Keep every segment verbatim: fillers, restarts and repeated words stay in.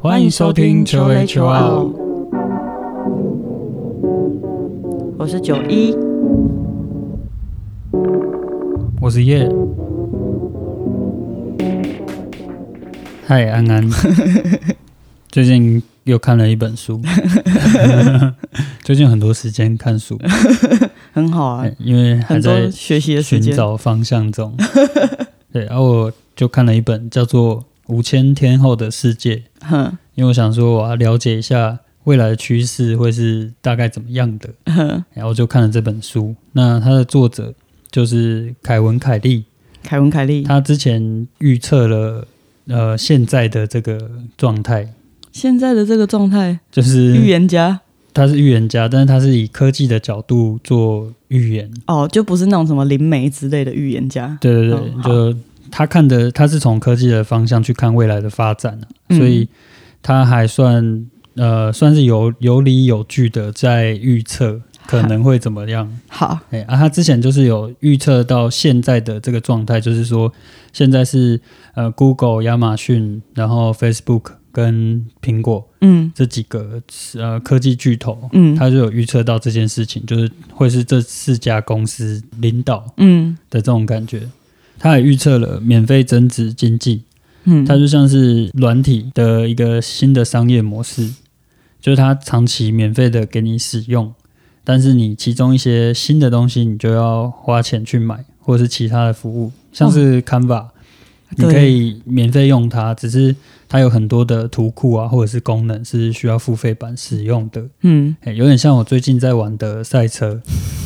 欢迎收听求雷求奥， 我是九一， 我是叶。嗨，安安，最近又看了一本书，最近很多时间看书， 很好啊，因为还在学习的时间寻找方向中。对，然后我就看了一本叫做《五千天后的世界》，因为我想说我要了解一下未来的趋势会是大概怎么样的，然后我就看了这本书。那它的作者就是凯文·凯利， 凯文·凯利， 他之前预测了呃现在的这个状态， 现在的这个状态就是预言家。 他是预言家，但是他是以科技的角度做预言哦，就不是那种什么灵媒之类的预言家。 对对对，哦、就他看的，他是从科技的方向去看未来的发展、啊嗯、所以他还算呃算是有有理有据的在预测可能会怎么样。 好， 哎啊，他之前就是有预测到现在的这个状态，就是说现在是呃 Google、亚马逊，然后 Facebook。跟苹果，嗯，这几个呃科技巨头，嗯，他就有预测到这件事情，就是会是这四家公司领导，嗯的这种感觉。他也预测了免费增值经济，嗯，它就像是软体的一个新的商业模式，就是它长期免费的给你使用，但是你其中一些新的东西，你就要花钱去买，或者是其他的服务，像是 Canva。哦你可以免费用它，只是它有很多的图库啊，或者是功能是需要付费版使用的。嗯，欸、有点像我最近在玩的赛车。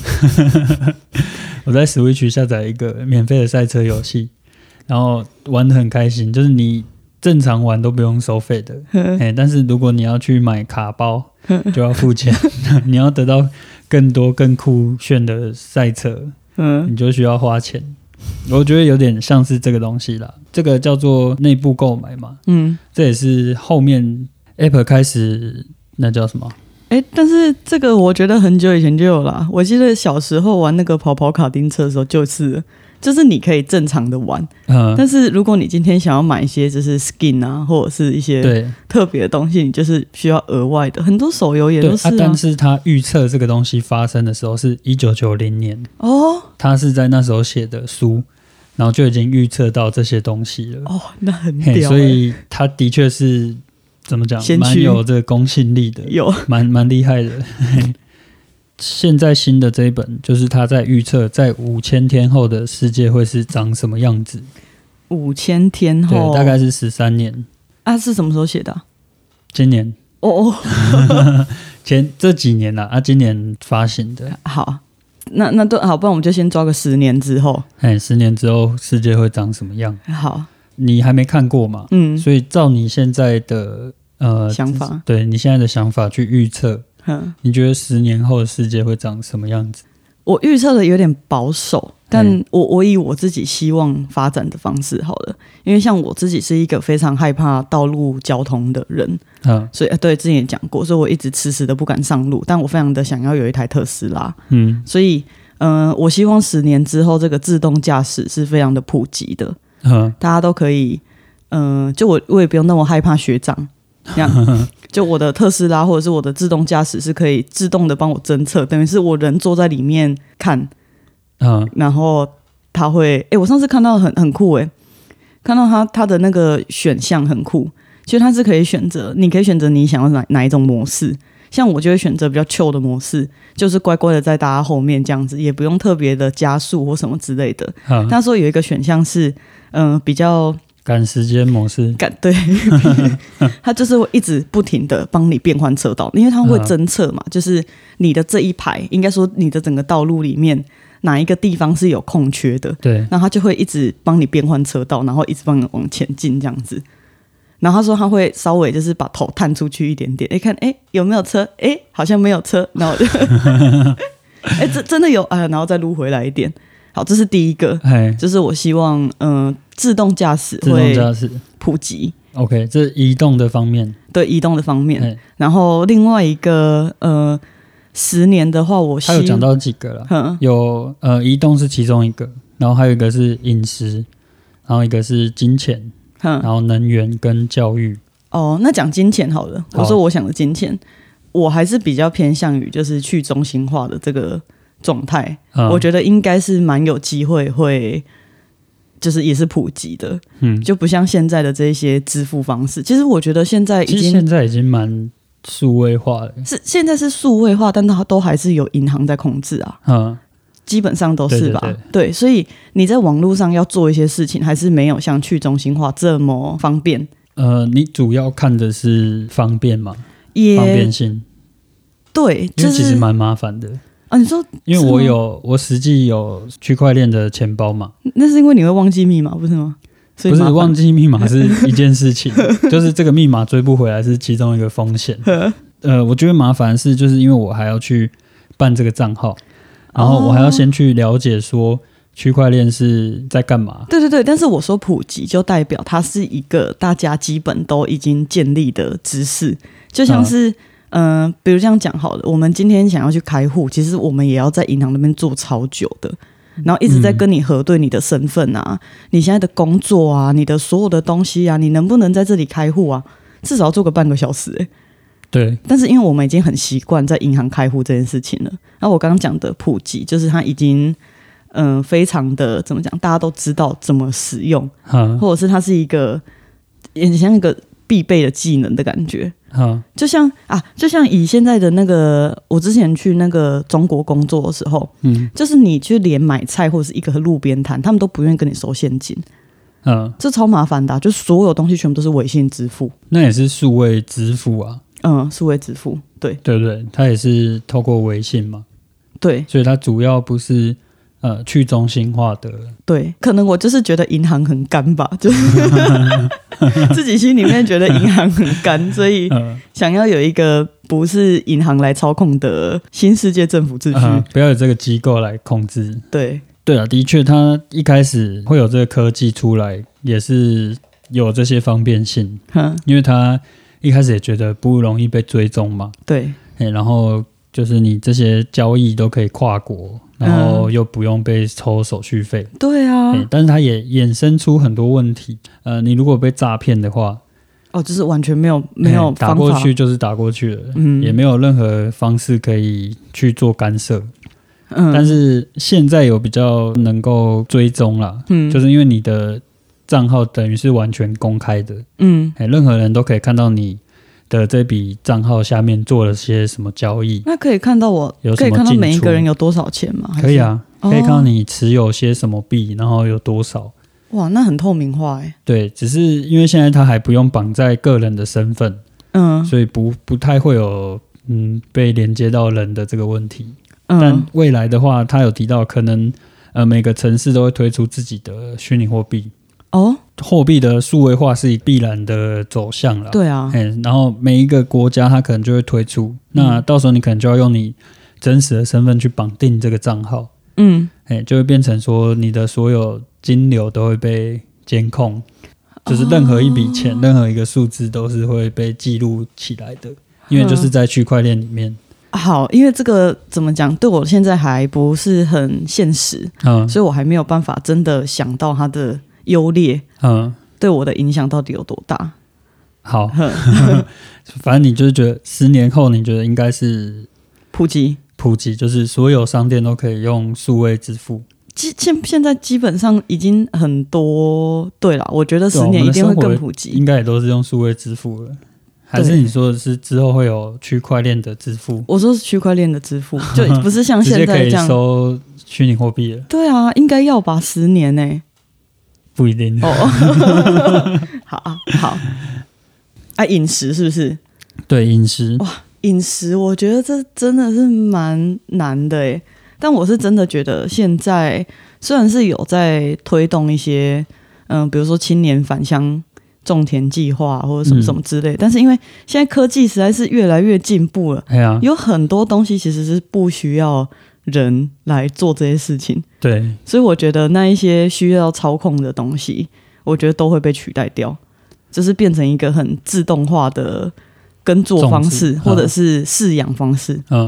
我在 Switch 下载一个免费的赛车游戏，然后玩得很开心。就是你正常玩都不用收费的，欸、但是如果你要去买卡包，就要付钱。你要得到更多更酷炫的赛车，你就需要花钱。我觉得有点像是这个东西啦，这个叫做内部购买嘛，嗯，这也是后面 Apple 开始那叫什么？ 哎、欸，但是这个我觉得很久以前就有啦，我记得小时候玩那个跑跑卡丁车的时候就是了。就是你可以正常的玩、嗯，但是如果你今天想要买一些就是 skin 啊，或者是一些特别的东西，你就是需要额外的。很多手游也都是、啊啊、 但是他预测这个东西发生的时候是一九九零年哦，他是在那时候写的书，然后就已经预测到这些东西了哦，那很屌、欸， 所以他的确是怎么讲，蛮有这个公信力的， 有蛮蛮厉害的。现在新的这一本就是他在预测在五千天后的世界会是长什么样子。 五千天后， 对，大概是十三年。 啊，是什么时候写的、啊？ 今年哦， 前这几年啦、啊，啊，今年发行的。 好，那那都好，不然我们就先抓个十年之后。 哎，十年之后世界会长什么样？ 好， 你还没看过嘛？嗯，所以照你现在的呃想法， 对你现在的想法去预测。你觉得十年后的世界会长什么样子？ 我预测的有点保守，但我我以我自己希望发展的方式好了，因为像我自己是一个非常害怕道路交通的人，嗯，所以对之前也讲过，所以我一直迟迟的不敢上路，但我非常的想要有一台特斯拉，嗯，所以嗯、呃，我希望十年之后这个自动驾驶是非常的普及的，嗯，大家都可以，嗯、呃，就我我也不用那么害怕学长。这样，就我的特斯拉或者是我的自动驾驶是可以自动的帮我侦测，等于是我人坐在里面看，嗯，然后他会，哎、欸，我上次看到很很酷，哎、欸，看到他他的那个选项很酷，其实他是可以选择，你可以选择你想要哪哪一种模式，像我就会选择比较 chill 的模式，就是乖乖的在大家后面这样子，也不用特别的加速或什么之类的。嗯、他说有一个选项是，嗯、呃，比较。 赶时间模式， 赶对，它就是会一直不停的帮你变换车道，因为它会侦测嘛，就是你的这一排，应该说你的整个道路里面哪一个地方是有空缺的，对，然后它就会一直帮你变换车道，然后一直帮你往前进这样子。然后他说他会稍微就是把头探出去一点点，哎，看哎有没有车，哎好像没有车，然后就哎这真的有啊，然后再撸回来一点。好，这是第一个，就是我希望嗯、呃、自动驾驶会普及。 OK， 这是移动的方面， 对移动的方面。然后另外一个呃十年的话，我希他有讲到几个了，有呃移动是其中一个，然后还有一个是饮食，然后一个是金钱，然后能源跟教育。 哦，那讲金钱好了，我说我想的金钱，我还是比较偏向于就是去中心化的这个状态、嗯，我觉得应该是蛮有机会会。就是也是普及的，嗯，就不像现在的这些支付方式。其实我觉得现在已经， 其实现在已经蛮数位化了。 是现在是数位化，但它都还是有银行在控制啊，嗯，基本上都是吧？对, 对, 对, 对，所以你在网络上要做一些事情，还是没有像去中心化这么方便。 呃，你主要看的是方便吗？也方便性， 对， 就是、因为其实蛮麻烦的。 啊，你说， 因为我有我实际有区块链的钱包嘛， 那是因为你会忘记密码，不是吗？所以不是忘记密码是一件事情，就是这个密码追不回来是其中一个风险。呃，我觉得麻烦的是，就是因为我还要去办这个账号，然后我还要先去了解说区块链是在干嘛。 对对对，但是我说普及就代表它是一个大家基本都已经建立的知识，就像是。嗯嗯、呃，比如这样讲好了，我们今天想要去开户，其实我们也要在银行那边做超久的，然后一直在跟你核对你的身份啊、嗯，你现在的工作啊，你的所有的东西啊，你能不能在这里开户啊？至少要做个半个小时、欸， 对。 但是因为我们已经很习惯在银行开户这件事情了，然后我刚刚讲的普及，就是它已经嗯、呃、非常的怎么讲，大家都知道怎么使用，嗯、或者是它是一个也像一个必备的技能的感觉。嗯、就像啊，就像以现在的那个，我之前去那个中国工作的时候，嗯，就是你去连买菜或者是一个路边摊，他们都不愿意跟你收现金，嗯，这超麻烦的、啊，就所有东西全部都是微信支付， 那也是数位支付啊， 嗯，数位支付，对， 对不对？它也是透过微信嘛， 对， 所以它主要不是。呃，去中心化的， 对，可能我就是觉得银行很干吧，就是自己心里面觉得银行很干，所以想要有一个不是银行来操控的新世界政府秩序、呃， 不要有这个机构来控制。 对， 对啊，的确，它一开始会有这个科技出来，也是有这些方便性，因为它一开始也觉得不容易被追踪嘛， 对， 然后就是你这些交易都可以跨国。然后又不用被抽手续费、 嗯、对啊， 但是它也衍生出很多问题。呃，你如果被诈骗的话， 哦，就是完全没有没有方法， 打过去就是打过去了、嗯，也没有任何方式可以去做干涉。嗯，但是现在有比较能够追踪啦，嗯，就是因为你的账号等于是完全公开的，嗯，任何人都可以看到你的这笔账号下面做了些什么交易。 那可以看到我可以看到每一个人有多少钱吗？ 可以啊，可以看到你持有些什么币、哦、然后有多少。 哇，那很透明化耶。 对，只是因为现在它还不用绑在个人的身份，嗯，所以不不太会有嗯被连接到人的这个问题、嗯、但未来的话它有提到可能呃每个城市都会推出自己的虚拟货币哦，货币的数位化是必然的走向啦。 对啊， 然后每一个国家它可能就会推出、嗯、那到时候你可能就要用你真实的身份去绑定这个账号，嗯，就会变成说你的所有金流都会被监控，就是任何一笔钱、哦、任何一个数字都是会被记录起来的，因为就是在区块链里面。 好，因为这个怎么讲，对我现在还不是很现实、嗯、所以我还没有办法真的想到它的优劣，嗯，对我的影响到底有多大？ 好，反正你就是觉得十年后，你觉得应该是普及， 普及就是所有商店都可以用数位支付。 现现在基本上已经很多，对啦，我觉得十年一定会更普及， 应该也都是用数位支付了。还是你说的是之后会有区块链的支付？ 我说是区块链的支付，就不是像现在这样直接可以收虚拟货币了。 对啊，应该要吧，十年呢、欸。 不一定哦， 好好啊，饮食是不是？ 对，饮食哇，饮食，我觉得这真的是蛮难的耶。但我是真的觉得，现在虽然是有在推动一些，嗯，比如说青年返乡种田计划或者什么什么之类、嗯，但是因为现在科技实在是越来越进步了，哎呀，有很多东西其实是不需要人来做这些事情，对，所以我觉得那一些需要操控的东西，我觉得都会被取代掉，就是变成一个很自动化的耕作方式、嗯、或者是饲养方式。嗯，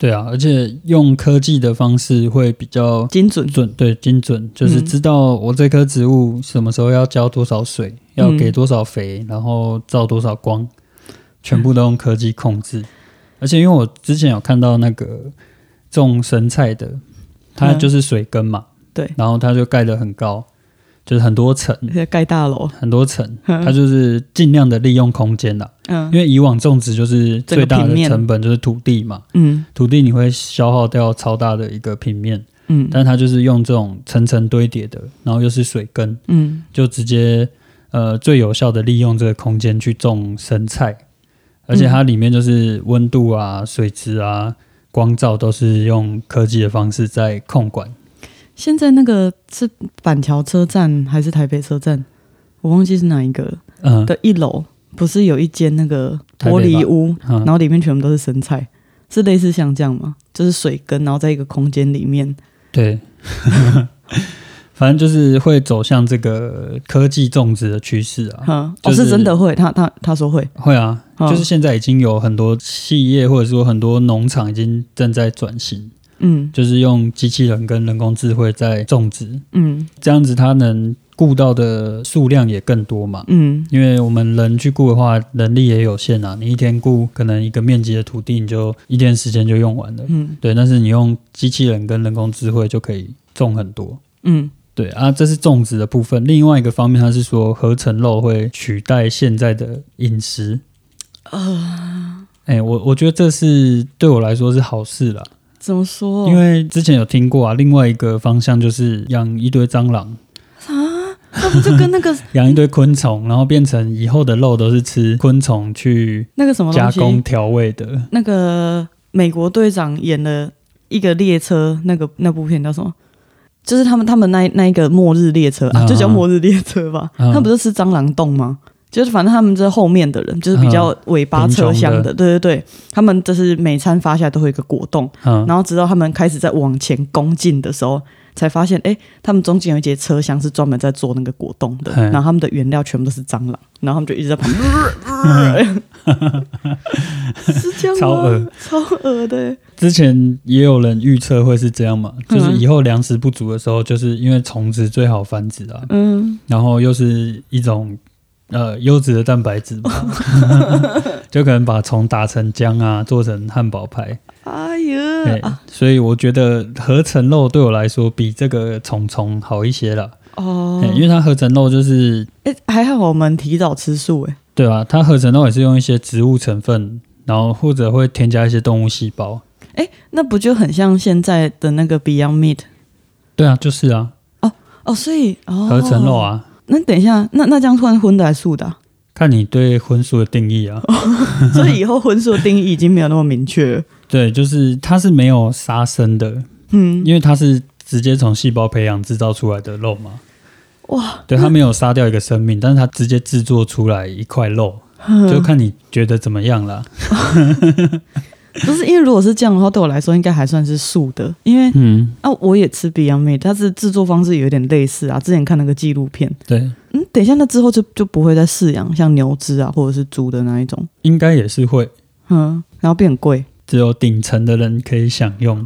对啊，而且用科技的方式会比较精准， 准对精准，就是知道我这棵植物什么时候要浇多少水，嗯、要给多少肥，然后照多少光，全部都用科技控制。嗯、而且因为我之前有看到那个种生菜的，它就是水耕嘛，嗯、 对， 然后它就盖得很高。就是很多层， 盖大楼， 很多层，它就是尽量的利用空间啦。嗯，因为以往种植就是最大的成本就是土地嘛，嗯，土地你会消耗掉超大的一个平面，嗯，但它就是用这种层层堆叠的，然后又是水耕，嗯，就直接呃最有效的利用这个空间去种生菜，而且它里面就是温度啊、水质啊、光照都是用科技的方式在控管。 现在那个是板桥车站还是台北车站？我忘记是哪一个、嗯、的一楼，不是有一间那个玻璃屋，嗯、然后里面全部都是生菜，是类似像这样吗？就是水耕，然后在一个空间里面。 对，反正就是会走向这个科技种植的趋势啊。 嗯就是、哦，是真的会，他他他说会， 会啊，嗯、就是现在已经有很多企业或者说很多农场已经正在转型。嗯，就是用机器人跟人工智慧在种植，嗯，这样子它能顾到的数量也更多嘛，嗯，因为我们人去顾的话，人力也有限啊，你一天顾可能一个面积的土地，你就一天时间就用完了，嗯，对，但是你用机器人跟人工智慧就可以种很多，嗯，对啊，这是种植的部分。另外一个方面，它是说合成肉会取代现在的饮食，啊，哎、欸，我我觉得这是对我来说是好事啦。 怎么说？ 因为之前有听过啊，另外一个方向就是养一堆蟑螂啊，那不就跟那个养一堆昆虫，然后变成以后的肉都是吃昆虫去那个什么加工调味的。 那个美国队长演的一个列车，那个那部片叫什么？就是他们他们那那一个末日列车啊，就叫末日列车吧。啊、他不是吃蟑螂洞吗？就是反正他们这后面的人就是比较尾巴车厢的，对对对，他们就是每餐发下来都会有一个果冻，嗯、然后直到他们开始在往前攻进的时候，才发现，哎，他们中间有一节车厢是专门在做那个果冻的，然后他们的原料全部都是蟑螂，然后他们就一直在旁边，是这样吗？ 超恶， 超恶的。 之前也有人预测会是这样嘛，就是以后粮食不足的时候，就是因为虫子最好繁殖啊，嗯，然后又是一种。呃，优质的蛋白质嘛，就可能把虫打成浆啊，做成汉堡排。哎呀、啊，所以我觉得合成肉对我来说比这个虫虫好一些啦。哦，因为它合成肉就是， 哎、欸，还好我们提早吃素哎。 对啊，它合成肉也是用一些植物成分，然后或者会添加一些动物细胞。 哎、欸，那不就很像现在的那个 Beyond Meat？ 对啊，就是啊。 哦哦，所以哦， 合成肉啊。 那等一下，那那这样算荤的还是素的、啊？ 看你对荤素的定义啊。 所以以后荤素的定义已经没有那么明确了。 对，就是它是没有杀生的，嗯，因为它是直接从细胞培养制造出来的肉嘛。哇，对，它没有杀掉一个生命，但是它直接制作出来一块肉，就看你觉得怎么样啦。 不是，因为如果是这样的话，对我来说应该还算是素的，因为嗯啊，我也吃 Beyond Meat， 它是制作方式有点类似啊。之前看那个纪录片， 对， 嗯，等一下那之后就就不会再饲养像牛只啊或者是猪的那一种， 应该也是会， 嗯，然后变很贵， 只有顶层的人可以享用。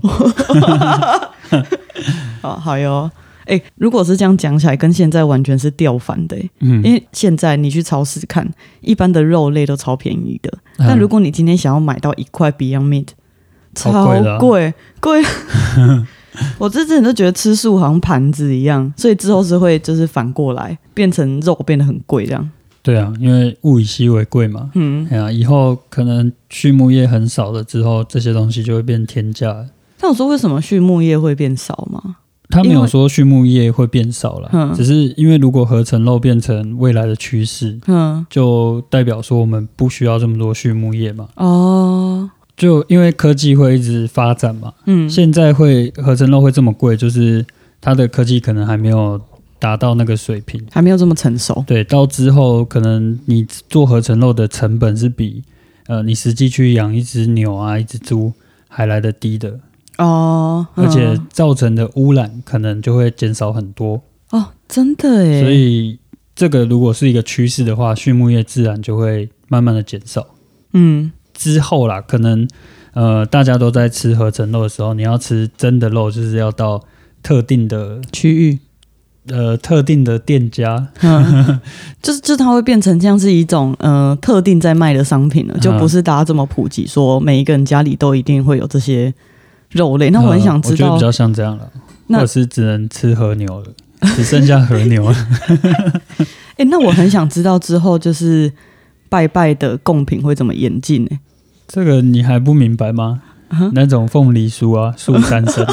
好好哟。哎、欸，如果是这样讲起来，跟现在完全是调反的、欸。嗯，因为现在你去超市看，一般的肉类都超便宜的，嗯、但如果你今天想要买到一块 Beyond Meat， 超贵，贵。我之前都觉得吃素好像盘子一样，所以之后是会就是反过来变成肉变得很贵这样。 对啊，因为物以稀为贵嘛。嗯，哎呀、啊，以后可能畜牧业很少了之后，这些东西就会变天价了。 但我说为什么畜牧业会变少吗？ 他没有说畜牧业会变少了，只是因为如果合成肉变成未来的趋势，嗯，就代表说我们不需要这么多畜牧业嘛。哦，就因为科技会一直发展嘛，嗯，现在会合成肉会这么贵，就是它的科技可能还没有达到那个水平， 还没有这么成熟。 对，到之后可能你做合成肉的成本是比呃你实际去养一只牛啊、一只猪还来得低的。哦、嗯，而且造成的污染可能就会减少很多哦，真的耶。 所以这个如果是一个趋势的话，畜牧业自然就会慢慢的减少。嗯，之后啦，可能呃大家都在吃合成肉的时候，你要吃真的肉，就是要到特定的区域。 呃，特定的店家， 嗯、就是就它会变成像是一种呃特定在卖的商品了，就不是大家这么普及，说每一个人家里都一定会有这些肉类。那我很想知道， 嗯、我觉得比较像这样了，或者是只能吃和牛了，只剩下和牛了。 哎、欸，那我很想知道之后就是拜拜的贡品会怎么演进呢？ 这个你还不明白吗？嗯、那种凤梨酥啊，素三生。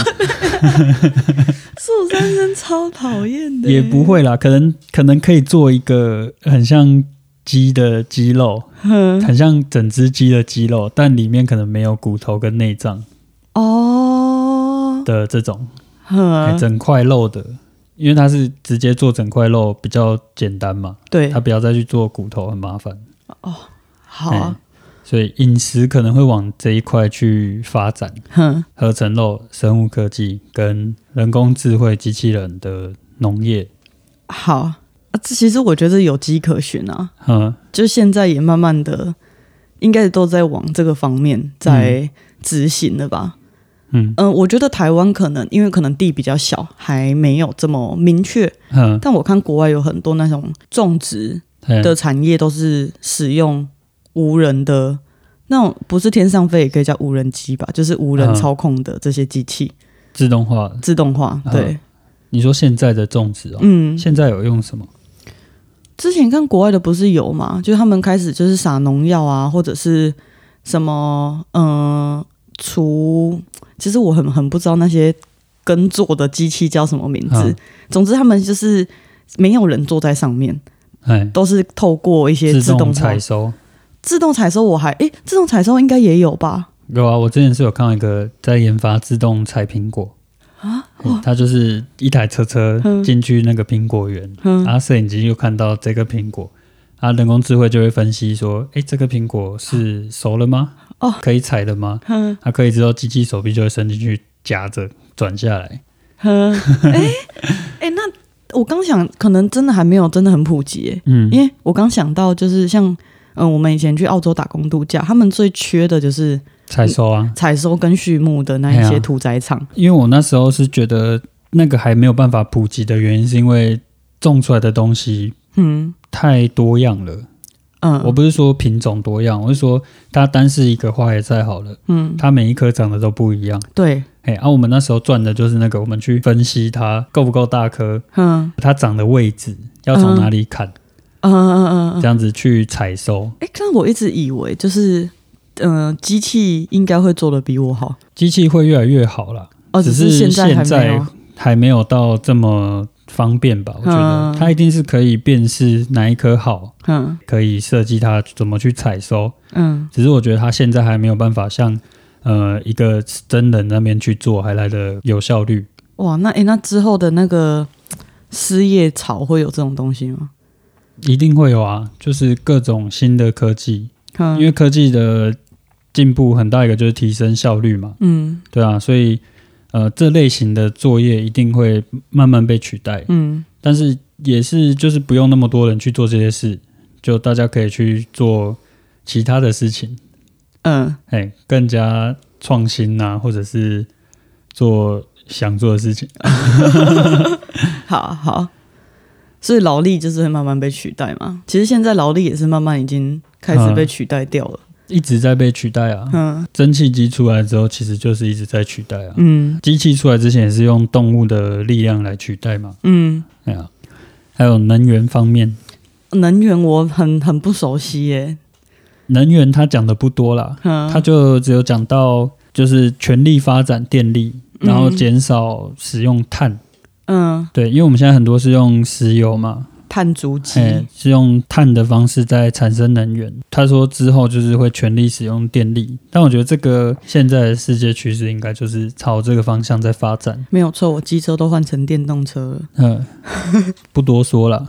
素三生超讨厌的， 也不会啦，可能可能可以做一个很像鸡的鸡肉，很像整只鸡的鸡肉，但里面可能没有骨头跟内脏哦的这种、欸、整块肉的，因为它是直接做整块肉比较简单嘛，对，它不要再去做骨头很麻烦哦。好啊。欸，所以饮食可能会往这一块去发展，合成肉、生物科技跟人工智慧机器人的农业。 好啊，其实我觉得有迹可循啊，嗯，就现在也慢慢的，应该都在往这个方面在执行了吧。嗯嗯、呃，我觉得台湾可能因为可能地比较小，还没有这么明确。嗯，但我看国外有很多那种种植的产业都是使用无人的那种，不是天上飞也可以叫无人机吧，就是无人操控的这些机器， 嗯、自动化自动化。对、嗯， 你说现在的种植哦，嗯，现在有用什么？ 之前看国外的不是有吗？就是他们开始就是撒农药啊，或者是什么嗯除，其实我很很不知道那些耕作的机器叫什么名字。嗯、总之他们就是没有人坐在上面，都是透过一些自动采收。 自动采收我还诶，自动采收应该也有吧？ 有啊，我之前是有看到一个在研发自动采苹果啊，它就是一台车车进去那个苹果园，嗯、然后摄影机就看到这个苹果，啊，人工智慧就会分析说，诶，这个苹果是熟了吗？哦，可以采的吗？嗯，它、啊、可以之后机器手臂就会伸进去夹着转下来。 嗯，诶诶，那我刚想，可能真的还没有真的很普及耶，嗯，因为我刚想到就是像。嗯，我们以前去澳洲打工度假，他们最缺的就是采收啊， 采收跟畜牧的那一些屠宰场、啊。 因为我那时候是觉得那个还没有办法普及的原因，是因为种出来的东西，嗯，太多样了。嗯，我不是说品种多样，我是说它单是一个花椰菜好了，嗯，它每一颗长得都不一样。对，哎，啊，我们那时候赚的就是那个，我们去分析它够不够大颗，嗯，它长的位置要从哪里砍。嗯嗯嗯嗯，这样子去采收。 哎、欸，可是我一直以为就是，呃，机器应该会做得比我好， 机器会越来越好啦。哦，只是现在还没有，还没有到这么方便吧？我觉得它一定是可以辨识哪一颗好，嗯，可以设计它怎么去采收，嗯，只是我觉得它现在还没有办法像呃一个真人那边去做，还来得有效率。 哇，那哎、欸，那之后的那个失业潮会有这种东西吗？ 一定会有啊，就是各种新的科技，嗯、因为科技的进步很大一个就是提升效率嘛，嗯，对啊，所以呃这类型的作业一定会慢慢被取代，嗯，但是也是就是不用那么多人去做这些事，就大家可以去做其他的事情，嗯，哎，更加创新啊，或者是做想做的事情， 好好。所以劳力就是会慢慢被取代嘛，其实现在劳力也是慢慢已经开始被取代掉了， 嗯、一直在被取代啊。嗯，蒸汽机出来之后，其实就是一直在取代啊。嗯，机器出来之前也是用动物的力量来取代嘛。嗯，对啊。还有能源方面， 能源我很很不熟悉耶。 能源他讲的不多啦，嗯、他就只有讲到就是全力发展电力，然后减少使用碳。嗯，对，因为我们现在很多是用石油嘛， 碳足迹、 欸、是用碳的方式在产生能源。他说之后就是会全力使用电力，但我觉得这个现在的世界趋势应该就是朝这个方向在发展。 没有错，我机车都换成电动车了。嗯， 不多说了。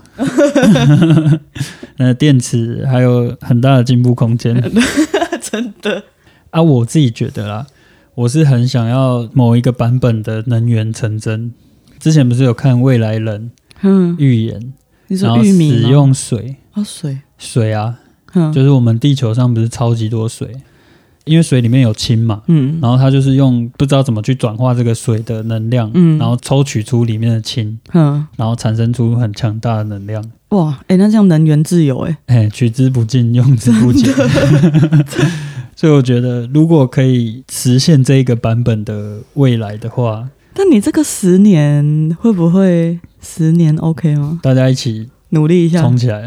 那电池还有很大的进步空间。 真的啊，我自己觉得啦，我是很想要某一个版本的能源成真。之前不是有看未来人预言、嗯， 你说玉米吗？ 然后使用水哦，水水啊、嗯，就是我们地球上不是超级多水， 因为水里面有氢嘛，嗯，然后它就是用不知道怎么去转化这个水的能量，嗯，然后抽取出里面的氢，嗯，然后产生出很强大的能量。 哇，哎、欸，那这样能源自由、欸，哎， 哎，取之不尽，用之不竭。所以我觉得，如果可以实现这一个版本的未来的话， 但你这个十年会不会十年 OK 吗？ 大家一起努力一下， 冲起来。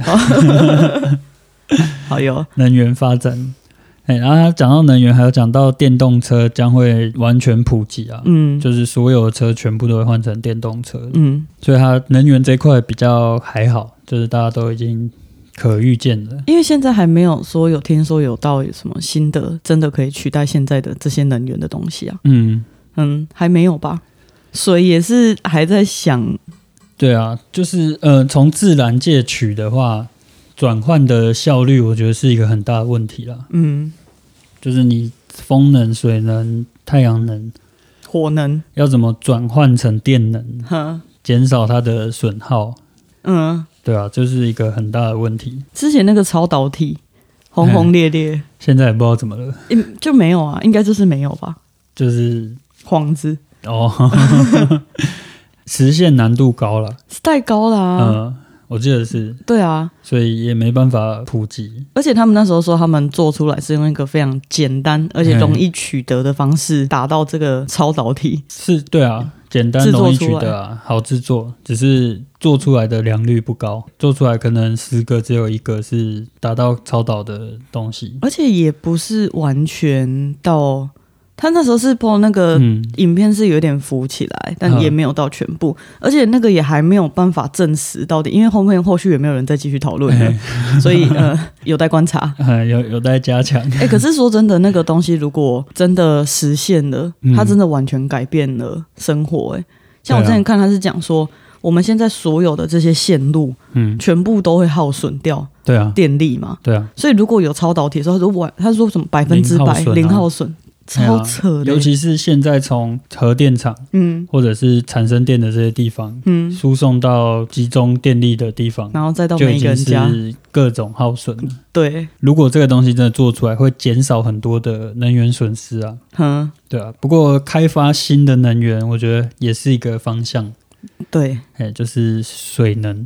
好哟， 能源发展。欸、然后他讲到能源，还有讲到电动车将会完全普及啊，嗯，就是所有的车全部都会换成电动车，嗯，所以它能源这一块比较还好，就是大家都已经可预见了。 因为现在还没有说有听说有到有什么新的真的可以取代现在的这些能源的东西啊，嗯嗯，还没有吧？水也是还在想， 对啊，就是呃，从自然界取的话。转换的效率，我觉得是一个很大的问题啦。嗯，就是你风能、水能、太阳能、 火能要怎么转换成电能，减少它的损耗。嗯，对啊，就是一个很大的问题。 之前那个超导体轰轰烈烈， 现在也不知道怎么了， 就没有啊，应该就是没有吧？ 就是幌子哦，实现难度高了， 太高了啊。嗯。 我记得是对啊， 所以也没办法普及。 而且他们那时候说，他们做出来是用一个非常简单而且容易取得的方式达到这个超导体。 是，对啊，简单容易取得啊，好制作，只是做出来的良率不高，做出来可能十个只有一个是达到超导的东西， 而且也不是完全到。他那时候是 po 那个影片是有点浮起来、嗯、但也没有到全部、嗯、而且那个也还没有办法证实到底，因为后面后续也没有人再继续讨论了、欸、所以呃有待观察、 嗯、有有待加强、 欸、可是说真的，那个东西如果真的实现了、嗯、它真的完全改变了生活、欸、像我之前看他是讲说我们现在所有的这些线路、嗯、全部都会耗损掉对啊电力嘛， 对啊， 所以如果有超导体的时候，他说他说什么百分之百零耗损，超扯的、欸啊、尤其是现在从核电厂、嗯、或者是产生电的这些地方、嗯、输送到集中电力的地方， 然后再到每一个人家， 就已经是各种耗损了。 对， 如果这个东西真的做出来，会减少很多的能源损失啊。嗯，对啊。不过开发新的能源，我觉得也是一个方向。 对， 欸、就是水能。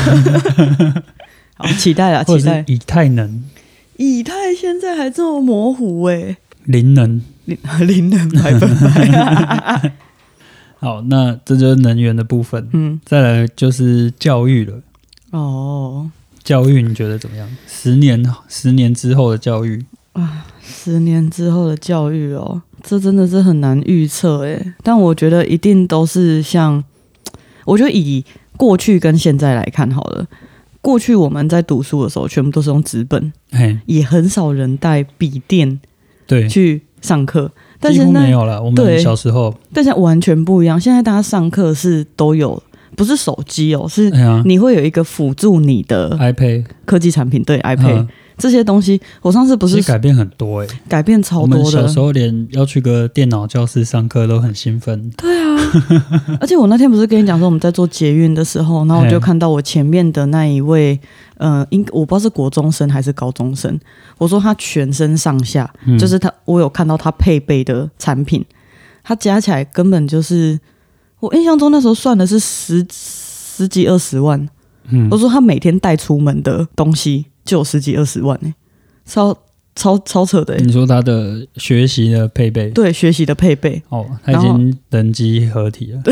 好，期待啦，期待。 以太能， 以太现在还这么模糊哎、欸。 零能， 零能百分百。 好，那这就是能源的部分。嗯，再来就是教育了。哦，教育你觉得怎么样？十年，十年之后的教育啊，十年之后的教育哦，这真的是很难预测哎。但我觉得一定都是像，我觉得以过去跟现在来看好了。过去我们在读书的时候，全部都是用纸本，也很少人带笔电。 对， 去上课，但几乎没有了。我们小时候， 但现在完全不一样。现在大家上课是都有，不是手机哦，是你会有一个辅助你的 iPad 科技产品，对 iPad、嗯、这些东西。我上次不是其实改变很多哎、欸， 改变超多的。 我们小时候连要去个电脑教室上课都很兴奋。 对啊，而且我那天不是跟你讲说我们在做捷运的时候，然后我就看到我前面的那一位。呃，应我不知道是国中生还是高中生。我说他全身上下，嗯、就是他，我有看到他配备的产品，他加起来根本就是，我印象中那时候算的是十十几二十万。嗯，我说他每天带出门的东西就有十几二十万、欸、超超超扯的、欸。 你说他的学习的配备？ 对，学习的配备。 哦，他已经人机合体了。 对，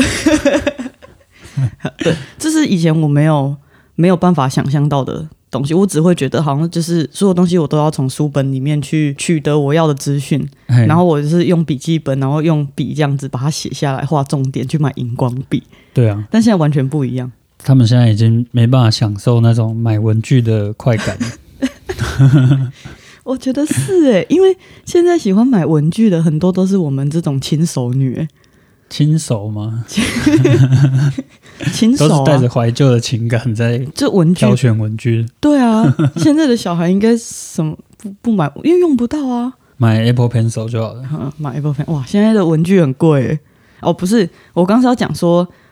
对，这是以前我没有。没有办法想象到的东西，我只会觉得好像就是所有东西我都要从书本里面去取得我要的资讯，然后我就是用笔记本，然后用笔这样子把它写下来，画重点，去买荧光笔。 对啊， 但现在完全不一样。 他们现在已经没办法享受那种买文具的快感。 我觉得是耶，因为现在喜欢买文具的很多都是我们这种轻熟女耶。 轻熟吗？ 轻熟、啊、 都是带着怀旧的情感在挑选文具。 对啊，现在的小孩应该什么 不, 不买，因为用不到啊。 买 Apple Pencil 就好了。 嗯、买 Apple Pencil， 哇，现在的文具很贵耶。哦，不是，我刚才要讲说，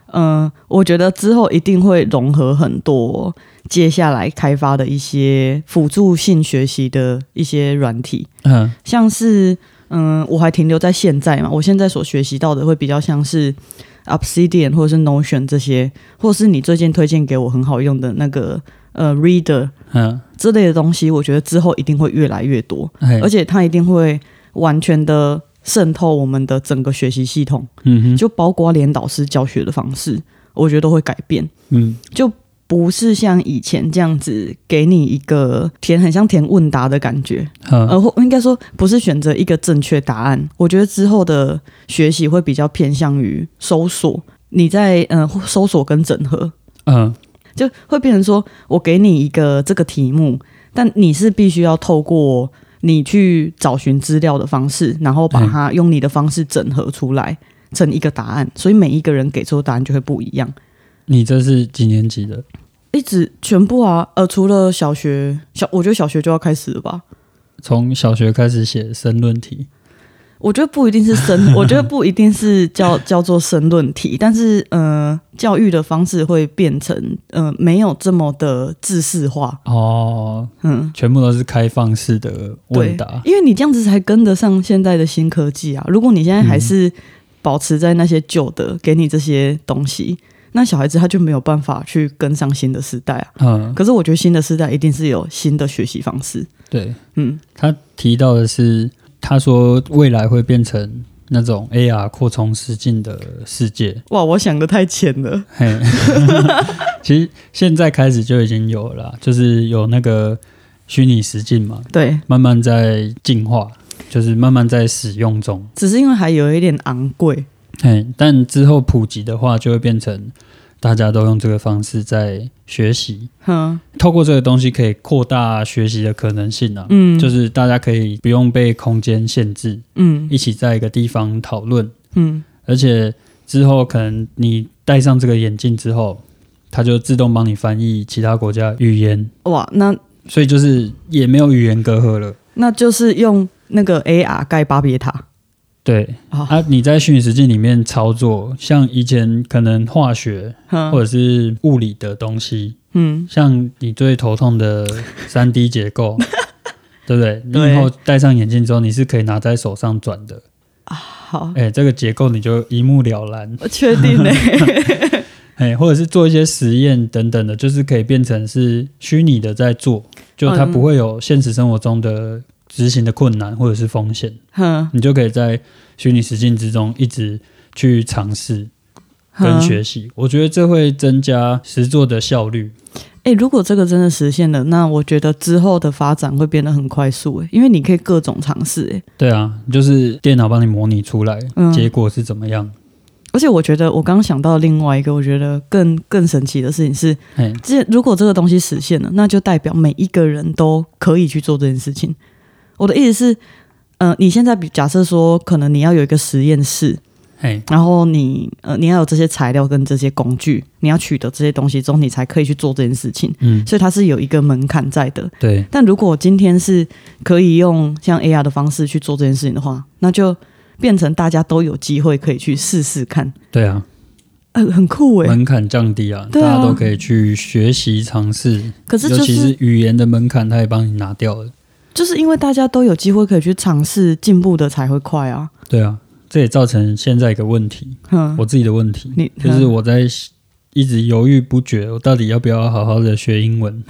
嗯、呃，我觉得之后一定会融合很多接下来开发的一些辅助性学习的一些软体，嗯，像是嗯，我还停留在现在嘛，我现在所学习到的会比较像是 Obsidian 或者是 Notion 这些，或是你最近推荐给我很好用的那个呃 Reader 嗯之类的东西，我觉得之后一定会越来越多，而且它一定会完全的渗透我们的整个学习系统，嗯哼，就包括连导师教学的方式，我觉得都会改变，嗯，就不是像以前这样子给你一个填很像填问答的感觉，呃，或应该说不是选择一个正确答案。我觉得之后的学习会比较偏向于搜索，你在呃搜索跟整合，嗯，就会变成说我给你一个这个题目，但你是必须要透过你去找寻资料的方式，然后把它用你的方式整合出来成一个答案，所以每一个人给出的答案就会不一样。 你这是几年级的？ 一直全部啊，呃，除了小学，小我觉得小学就要开始了吧。 从小学开始写申论题， 我觉得不一定是申，我觉得不一定是叫叫做申论题，但是呃，教育的方式会变成呃没有这么的制式化哦，嗯，全部都是开放式的问答， 因为你这样子才跟得上现在的新科技啊。如果你现在还是保持在那些旧的，给你这些东西。那小孩子他就没有办法去跟上新的时代啊。嗯，可是我觉得新的时代一定是有新的学习方式。 对，嗯，他提到的是，他说未来会变成那种 A R 扩充实境的世界。 哇，我想得太浅了。 嘿，其实现在开始就已经有了啦，就是有那个虚拟实境嘛， 对， 慢慢在进化，就是慢慢在使用中。 只是因为还有一点昂贵。 嘿，但之后普及的话，就会变成大家都用这个方式在学习。嗯，透过这个东西可以扩大学习的可能性啊。嗯，就是大家可以不用被空间限制，嗯，一起在一个地方讨论。嗯，而且之后可能你戴上这个眼镜之后，它就自动帮你翻译其他国家语言。 哇，那所以就是也没有语言隔阂了。 那就是用那个 A R 盖巴别塔。 对、哦、啊，你在虚拟实境里面操作，像以前可能化学或者是物理的东西，嗯，像你最头痛的 三 D 结构，对不对？你以后戴上眼镜之后，你是可以拿在手上转的啊。好，哎、欸，这个结构你就一目了然。 我确定呢、欸。 哎，或者是做一些实验等等的，就是可以变成是虚拟的在做，就它不会有现实生活中的执行的困难或者是风险，嗯，你就可以在虚拟实境之中一直去尝试跟学习，我觉得这会增加实作的效率。 欸，如果这个真的实现了，那我觉得之后的发展会变得很快速，因为你可以各种尝试。对啊，就是电脑帮你模拟出来、嗯、结果是怎么样。 而且我觉得我刚刚想到另外一个我觉得更更神奇的事情是，如果这个东西实现了，那就代表每一个人都可以去做这件事情。我的意思是呃，你现在假设说可能你要有一个实验室，然后你呃你要有这些材料跟这些工具，你要取得这些东西之后你才可以去做这件事情，嗯，所以它是有一个门槛在的。 对， 但如果今天是可以用像 A R 的方式去做这件事情的话，那就变成大家都有机会可以去试试看。 对啊， 呃，很酷耶， 门槛降低 啊, 啊大家都可以去学习尝试。 可是、就是、 尤其是语言的门槛它也帮你拿掉了， 就是因为大家都有机会可以去尝试，进步的才会快啊。 对啊，这也造成现在一个问题，我自己的问题，就是我在一直犹豫不决，我到底要不要好好的学英文？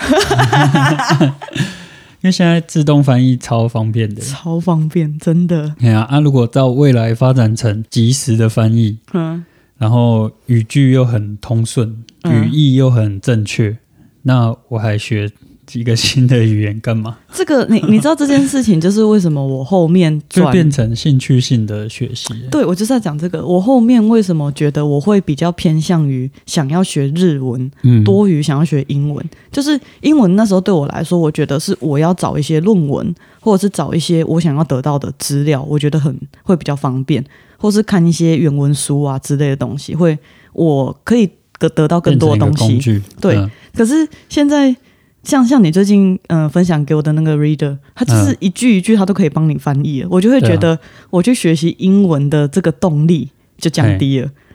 因为现在自动翻译超方便的， 超方便，真的。 对啊，啊如果到未来发展成即时的翻译，嗯，然后语句又很通顺，语义又很正确，嗯、那我还学一个新的语言干嘛？ 这个你你知道这件事情就是为什么我后面就变成兴趣性的学习。 对，我就是要讲这个。我后面为什么觉得我会比较偏向于想要学日文，嗯、多于想要学英文？就是英文那时候对我来说，我觉得是我要找一些论文，或者是找一些我想要得到的资料，我觉得很会比较方便，或是看一些原文书啊之类的东西，会我可以得到更多的东西。对，嗯、可是现在。像像你最近呃分享给我的那个 reader， 它就是一句一句它都可以帮你翻译了，我就会觉得我去学习英文的这个动力就降低了。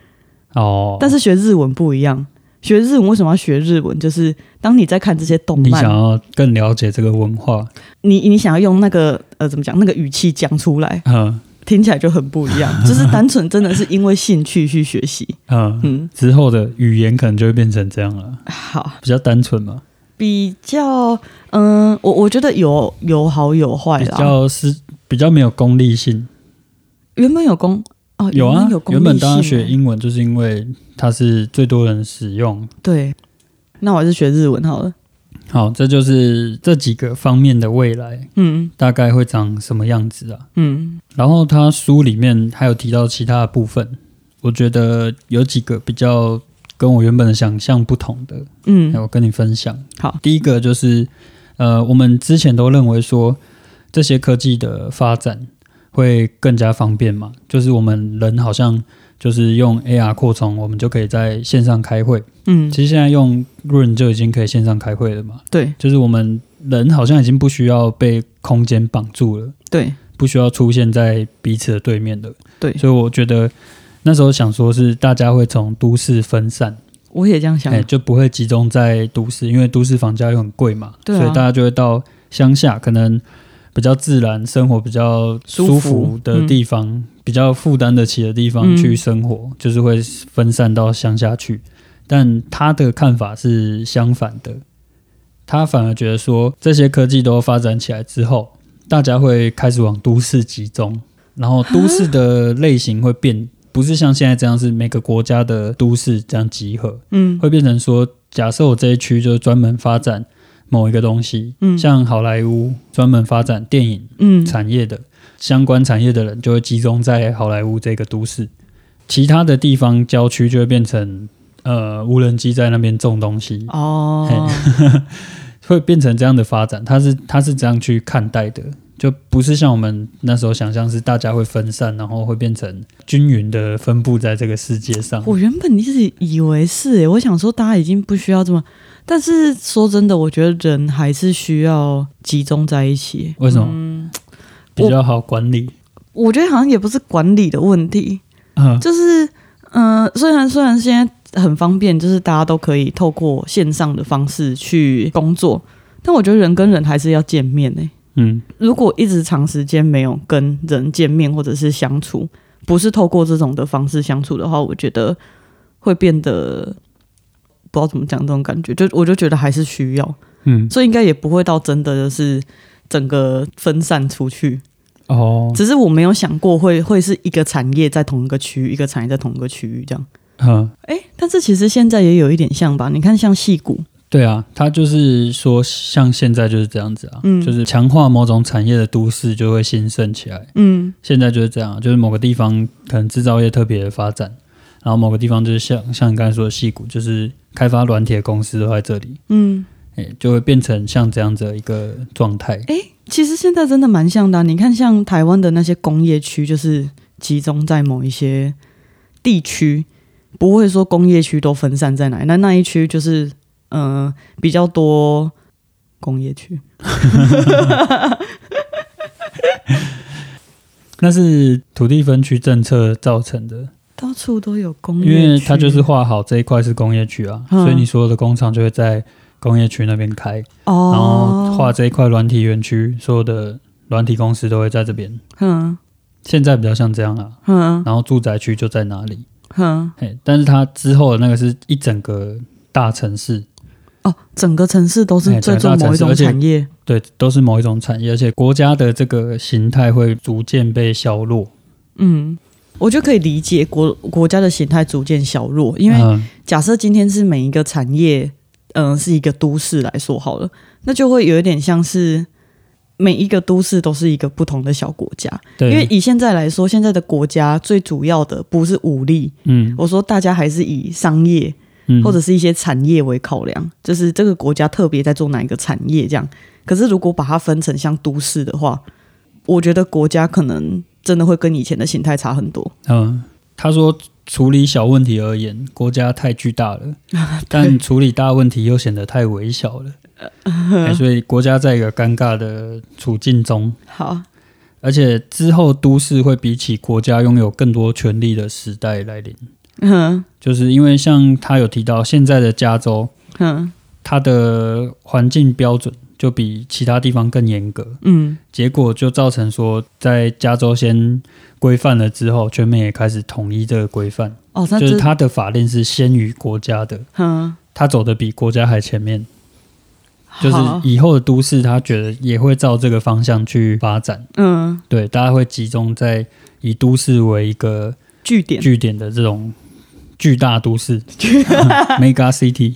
哦，但是学日文不一样。学日文为什么要学日文？就是当你在看这些动漫， 你想要更了解这个文化， 你你想要用那个呃怎么讲那个语气讲出来，嗯，听起来就很不一样。就是单纯真的是因为兴趣去学习，嗯嗯，之后的语言可能就会变成这样了。 好， 比较单纯嘛， 比较嗯，我我觉得有有好有坏啦， 比较是比较没有功利性。 原本有功。哦、 有啊，有原本大家学英文就是因为它是最多人使用。 对，那我还是学日文好了。 好，这就是这几个方面的未来，嗯，大概会长什么样子啊？嗯，然后他书里面还有提到其他的部分，我觉得有几个比较跟我原本的想象不同的，嗯，我跟你分享。 好， 第一个就是呃，我们之前都认为说这些科技的发展会更加方便嘛，就是我们人好像就是用 A R 扩充，我们就可以在线上开会。嗯，其实现在用 Zoom 就已经可以线上开会了嘛。 对， 就是我们人好像已经不需要被空间绑住了。 对， 不需要出现在彼此的对面的。 对， 所以我觉得那时候想说是大家会从都市分散。 我也这样想、 欸，就不会集中在都市，因为都市房价又很贵嘛。 对啊， 所以大家就会到乡下，可能比较自然、生活比较舒服的地方，嗯、比较负担得起的地方去生活，嗯、就是会分散到乡下去。但他的看法是相反的，他反而觉得说，这些科技都发展起来之后，大家会开始往都市集中，然后都市的类型会变，不是像现在这样是每个国家的都市这样集合，嗯，会变成说，假设我这一区就是专门发展某一个东西，嗯，像好莱坞专门发展电影产业的、嗯、相关产业的人就会集中在好莱坞这个都市，其他的地方郊区就会变成呃无人机在那边种东西哦，会变成这样的发展，他是他是这样去看待的，就不是像我们那时候想象是大家会分散，然后会变成均匀的分布在这个世界上。 我原本一直以为是耶，我想说大家已经不需要这么。但是说真的，我觉得人还是需要集中在一起。 为什么？嗯、比较好管理我。我觉得好像也不是管理的问题，嗯、就是嗯、呃，虽然虽然现在很方便，就是大家都可以透过线上的方式去工作，但我觉得人跟人还是要见面呢。嗯，如果一直长时间没有跟人见面或者是相处，不是透过这种的方式相处的话，我觉得会变得。不知道怎么讲这种感觉，就我就觉得还是需要，嗯，所以应该也不会到真的就是整个分散出去哦。只是我没有想过会会是一个产业在同一个区域，一个产业在同一个区域这样。嗯，哎，但是其实现在也有一点像吧？你看像矽谷， 对啊，它就是说像现在就是这样子啊，嗯，就是强化某种产业的都市就会兴盛起来。嗯，现在就是这样，就是某个地方可能制造业特别的发展。然后某个地方就是像像你刚才说的矽谷，就是开发软体的公司都在这里，嗯，欸、就会变成像这样子的一个状态。 哎、欸，其实现在真的蛮像的、啊。你看，像台湾的那些工业区，就是集中在某一些地区，不会说工业区都分散在哪里。那那一区就是呃比较多工业区， 那是土地分区政策造成的。 到处都有工业区， 因为它就是画好这一块是工业区啊、嗯，所以你所有的工厂就会在工业区那边开、哦，然后画这一块软体园区，所有的软体公司都会在这边。嗯，现在比较像这样啊。嗯，然后住宅区就在哪里？嗯，但是它之后的那个是一整个大城市。 哦，整个城市都是在做某一种产业， 对，都是某一种产业，而且国家的这个形态会逐渐被削弱。嗯。 我就可以理解国国家的形态逐渐小弱，因为假设今天是每一个产业，嗯、呃，是一个都市来说好了，那就会有一点像是每一个都市都是一个不同的小国家。对，因为以现在来说，现在的国家最主要的不是武力，嗯，我说大家还是以商业、嗯、或者是一些产业为考量，就是这个国家特别在做哪一个产业这样。可是如果把它分成像都市的话，我觉得国家可能。真的会跟以前的形态差很多。嗯， 他说处理小问题而言，国家太巨大了，但处理大问题又显得太微小了，欸、所以国家在一个尴尬的处境中。 好， 而且之后都市会比起国家拥有更多权力的时代来临。 嗯，就是因为像他有提到现在的加州，嗯，它的环境标准就比其他地方更严格，嗯，结果就造成说在加州先规范了之后，全美也开始统一这个规范。哦，就是它的法令是先于国家的，嗯，它走的比国家还前面。就是以后的都市，他觉得也会照这个方向去发展。嗯，对，大家会集中在以都市为一个据点、 据点的这种巨大都市，mega city。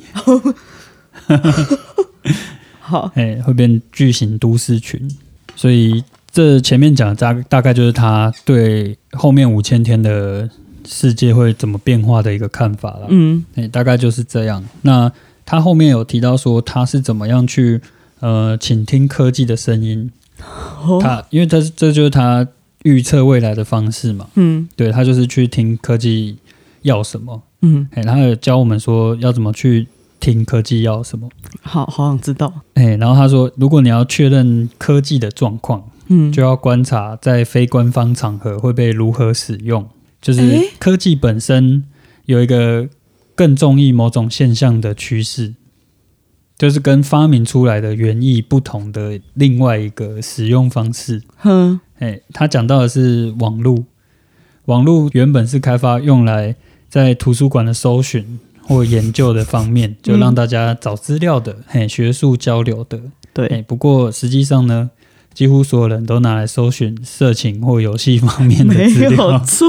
好， 哎，会变巨型都市群。所以这前面讲的大大概就是他对后面五千天的世界会怎么变化的一个看法了。嗯，哎，大概就是这样。那他后面有提到说他是怎么样去呃倾听科技的声音，哦、他因为他这就是他预测未来的方式嘛，嗯，对，他就是去听科技要什么，嗯，哎，他有教我们说要怎么去听科技要什么， 好好想知道， 哎，然后他说如果你要确认科技的状况，嗯，就要观察在非官方场合会被如何使用，就是科技本身有一个更重意某种现象的趋势，就是跟发明出来的原意不同的另外一个使用方式。嗯，欸，他讲到的是网络，网络原本是开发用来在图书馆的搜寻或研究的方面，就让大家找资料的，欸，学术交流的。 对， 欸，不过实际上呢，几乎所有人都拿来搜寻色情或游戏方面的资料。 没有错。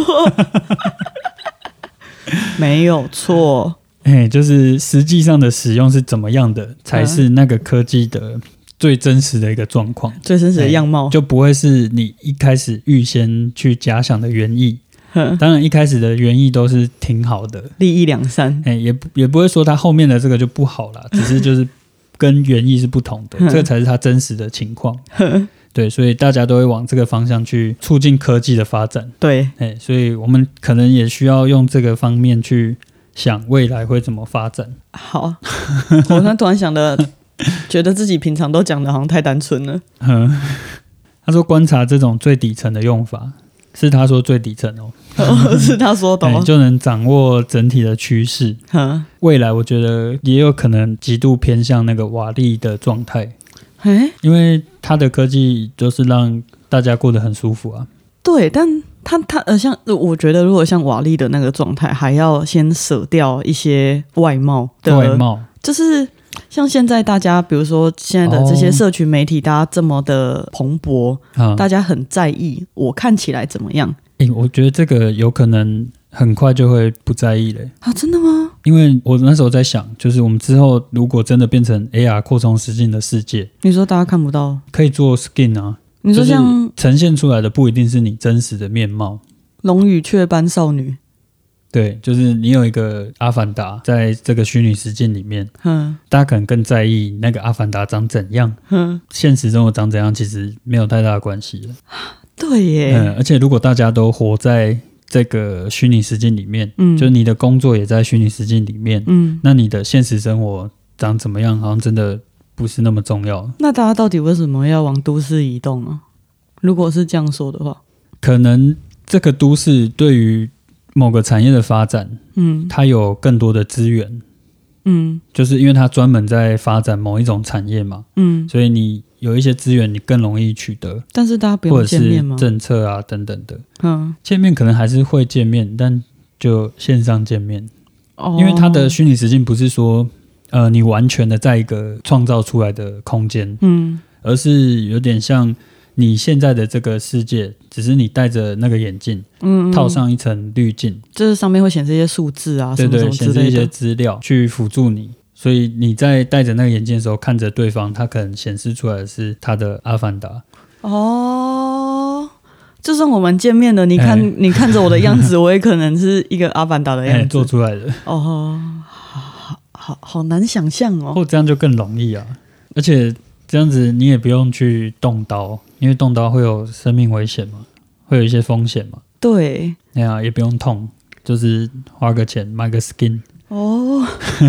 没有错， 欸，就是实际上的使用是怎么样的，才是那个科技的最真实的一个状况， 最真实的样貌， 欸，就不会是你一开始预先去假想的原意。当然，一开始的原意都是挺好的， 立意良善， 欸，也也不会说它后面的这个就不好啦，只是就是跟原意是不同的，这个才是它真实的情况。对，所以大家都会往这个方向去促进科技的发展。 对， 欸，所以我们可能也需要用这个方面去想未来会怎么发展。 好，我刚突然想的，觉得自己平常都讲的好像太单纯了。 嗯，他说观察这种最底层的用法，是他说最底层哦， 哦是他说的，哦欸， 就能掌握整体的趋势。未来我觉得也有可能极度偏向那个瓦力的状态。欸，因为他的科技就是让大家过得很舒服啊。 对，但他他呃，像我觉得，如果像瓦力的那个状态，还要先舍掉一些外貌的外貌， 就是像现在大家，比如说现在的这些社群媒体，大家这么的蓬勃，哦，大家很在意我看起来怎么样。 欸，我觉得这个有可能很快就会不在意了啊！真的吗？ 因为我那时候在想，就是我们之后如果真的变成 A R 扩充实境的世界， 你说大家看不到， 可以做 skin 啊， 你说像，就是， 呈现出来的不一定是你真实的面貌。 龙与雀斑少女， 对，就是你有一个阿凡达在这个虚拟实境里面，嗯，大家可能更在意那个阿凡达长怎样，嗯，现实中的长怎样其实没有太大的关系了。 对耶， 嗯，而且如果大家都活在这个虚拟实境里面，嗯，就是你的工作也在虚拟实境里面，嗯，那你的现实生活长怎么样，好像真的不是那么重要。 那大家到底为什么要往都市移动呢？如果是这样说的话， 可能这个都市对于某个产业的发展，嗯，它有更多的资源，嗯，就是因为它专门在发展某一种产业嘛，嗯，所以你有一些资源你更容易取得。 但是大家不用见面吗？ 或者是政策啊等等的，嗯，见面可能还是会见面，但就线上见面，哦，因为它的虚拟实境不是说呃你完全的在一个创造出来的空间，嗯，而是有点像你现在的这个世界，只是你戴着那个眼镜，嗯，套上一层滤镜， 就是上面会显示一些数字啊， 对对， 什么什么之类的， 显示一些资料去辅助你。所以你在戴着那个眼镜的时候，看着对方，他可能显示出来的是他的阿凡达。 哦，就算我们见面了，你看、欸、你看着我的样子，我也可能是一个阿凡达的样子、欸、 做出来的。 哦，好好好难想象哦。 或这样就更容易啊，而且这样子你也不用去动刀，因为动刀会有生命危险嘛，会有一些风险嘛。 对， 那样、啊、也不用痛，就是花个钱买个 skin。哦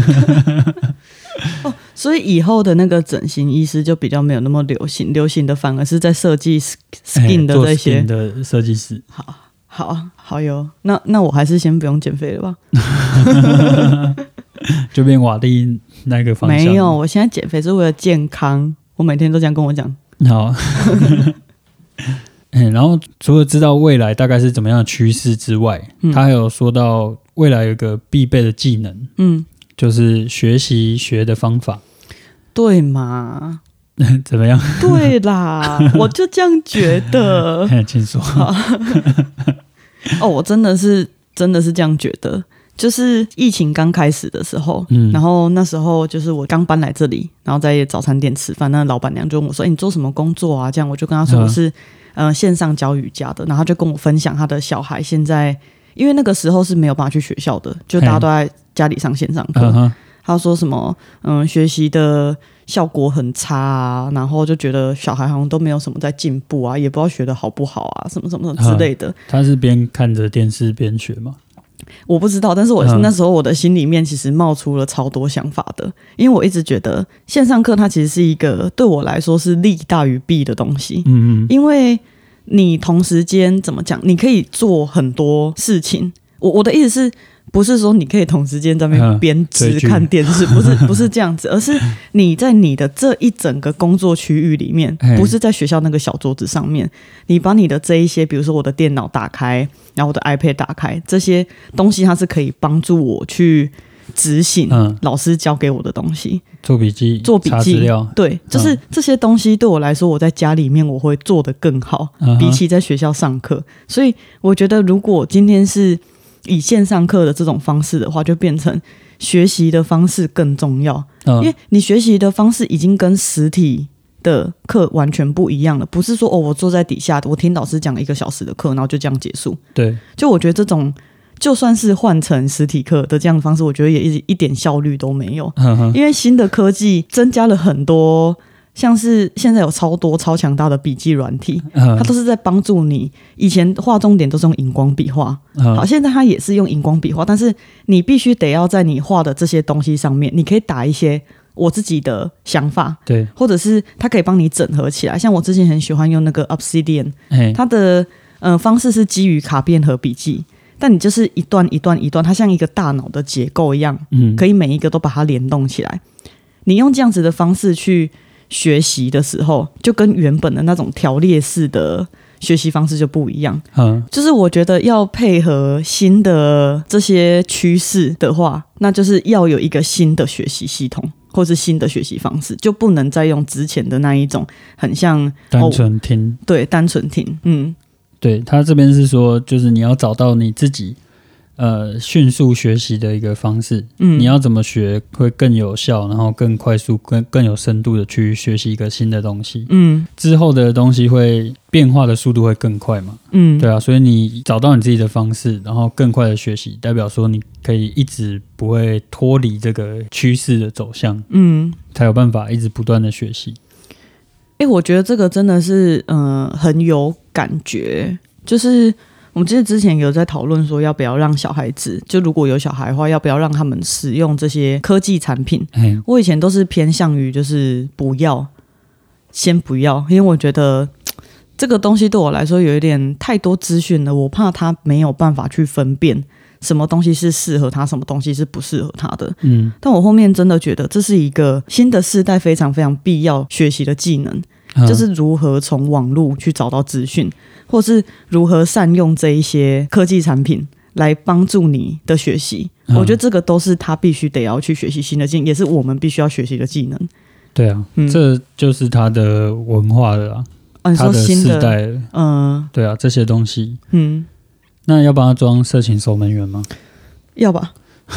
哦，所以以后的那个整形医师就比较没有那么流行，流行的反而是在设计 skin 的这些、 欸、做 skin 的设计师。 好， 好好哟，那那我还是先不用减肥了吧？ 就变瓦力那个方向。 没有，我现在减肥是为了健康，我每天都这样跟我讲。 好。嗯，然后除了知道未来大概是怎么样的趋势之外，嗯、他还有说到未来有一个必备的技能，嗯，就是学习学的方法。 对嘛？ 怎么样？ 对啦，我就这样觉得。 请说。 哦，我真的是真的是这样觉得。就是疫情刚开始的时候，嗯，然后那时候就是我刚搬来这里，然后在早餐店吃饭，那老板娘就问我说：“欸，你做什么工作啊？”这样我就跟她说我是、嗯、呃线上教瑜伽的，然后她就跟我分享她的小孩现在，因为那个时候是没有办法去学校的，就大家都在家里上线上课。她说什么嗯学习的效果很差啊，然后就觉得小孩好像都没有什么在进步啊，也不知道学的好不好啊，什么什么之类的。 她是边看着电视边学吗？ 我不知道，但是我那时候我的心里面其实冒出了超多想法的，因为我一直觉得线上课它其实是一个对我来说是利大于弊的东西。嗯嗯，因为你同时间怎么讲，你可以做很多事情。我我的意思是不是说你可以同时间在那边编织看电视，不是不是这样子，而是你在你的这一整个工作区域里面，不是在学校那个小桌子上面，你把你的这一些，比如说我的电脑打开，然后我的 iPad 打开，这些东西它是可以帮助我去执行老师教给我的东西，嗯、 做笔记、 做笔记， 查资料， 对，就是这些东西对我来说，我在家里面我会做得更好，嗯、比起在学校上课。所以我觉得，如果今天是以线上课的这种方式的话，就变成学习的方式更重要，嗯、因为你学习的方式已经跟实体的课完全不一样了，不是说哦，我坐在底下，我听老师讲一个小时的课，然后就这样结束。对，就我觉得这种就算是换成实体课的这样的方式，我觉得也一一点效率都没有，嗯、因为新的科技增加了很多。像是现在有超多超强大的笔记软体，它都是在帮助你。以前画重点都是用荧光笔画，好，现在它也是用荧光笔画，但是你必须得要在你画的这些东西上面，你可以打一些我自己的想法，对，或者是它可以帮你整合起来。像我之前很喜欢用那个 Obsidian， 它的呃方式是基于卡片和笔记，但你就是一段一段一段，它像一个大脑的结构一样，嗯，可以每一个都把它联动起来。你用这样子的方式去学习的时候，就跟原本的那种条列式的学习方式就不一样。嗯，就是我觉得要配合新的这些趋势的话，那就是要有一个新的学习系统，或是新的学习方式，就不能再用之前的那一种很像单纯听、哦。 对，单纯听。嗯， 对，他这边是说，就是你要找到你自己。呃，迅速学习的一个方式，嗯，你要怎么学会更有效，然后更快速、更更有深度的去学习一个新的东西，嗯，之后的东西会变化的速度会更快嘛，嗯，对啊，所以你找到你自己的方式，然后更快的学习，代表说你可以一直不会脱离这个趋势的走向，嗯，才有办法一直不断的学习。 欸，我觉得这个真的是，呃，很有感觉，就是。我们其实之前有在讨论说，要不要让小孩子，就如果有小孩的话，要不要让他们使用这些科技产品？我以前都是偏向于就是不要，先不要，因为我觉得这个东西对我来说有一点太多资讯了，我怕他没有办法去分辨什么东西是适合他，什么东西是不适合他的。嗯，但我后面真的觉得这是一个新的世代非常非常必要学习的技能。就是如何从网络去找到资讯，或是如何善用这一些科技产品来帮助你的学习，嗯、我觉得这个都是他必须得要去学习新的技能，也是我们必须要学习的技能。 对啊，嗯、这就是他的文化了啊，啊他的世代，嗯，对啊，这些东西，嗯，那要帮他装色情守门员吗？ 要吧，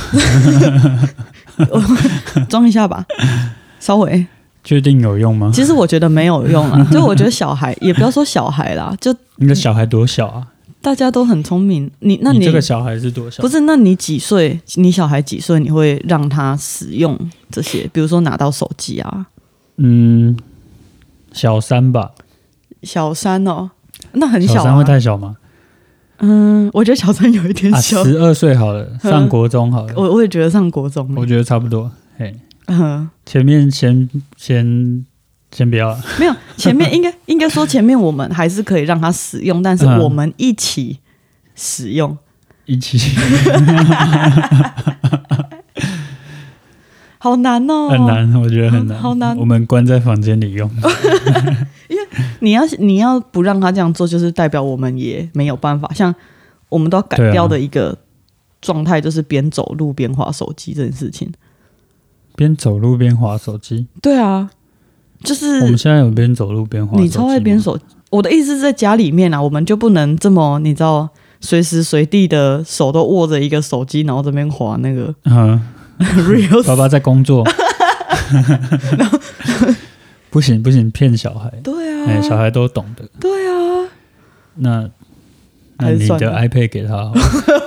装一下吧，稍微。 确定有用吗？ 其实我觉得没有用啊，就我觉得小孩也不要说小孩啦，就你的小孩多小啊？ 大家都很聪明，你那 你, 你这个小孩是多小？ 不是，那你几岁？你小孩几岁？你会让他使用这些？比如说拿到手机啊？ 嗯，小三吧。 小三哦，那很小、啊。 小三会太小吗？ 嗯，我觉得小三有一点小。 十二岁好了，上国中好了。 我我也觉得上国中， 我觉得差不多。嘿。嗯、前面先先先不要了， 没有前面应该应该说前面我们还是可以让他使用，但是我们一起使用？ 一起好难哦， 很难，我觉得很难， 好难。 我们关在房间里用， 因为你要你要不让他这样做，就是代表我们也没有办法。像我们都要改掉的一个状态，就是边走路边滑手机这件事情。 边走路边滑手机？对啊，就是我们现在有边走路边滑手机吗？ 你超爱边手，我的意思是在家里面啊，我们就不能这么你知道。随时随地的手都握着一个手机，然后这边滑那个，嗯， 爸爸在工作，不行不行，骗小孩， 对啊， 欸，小孩都懂的， 对啊， 那那你的 iPad 给他好了，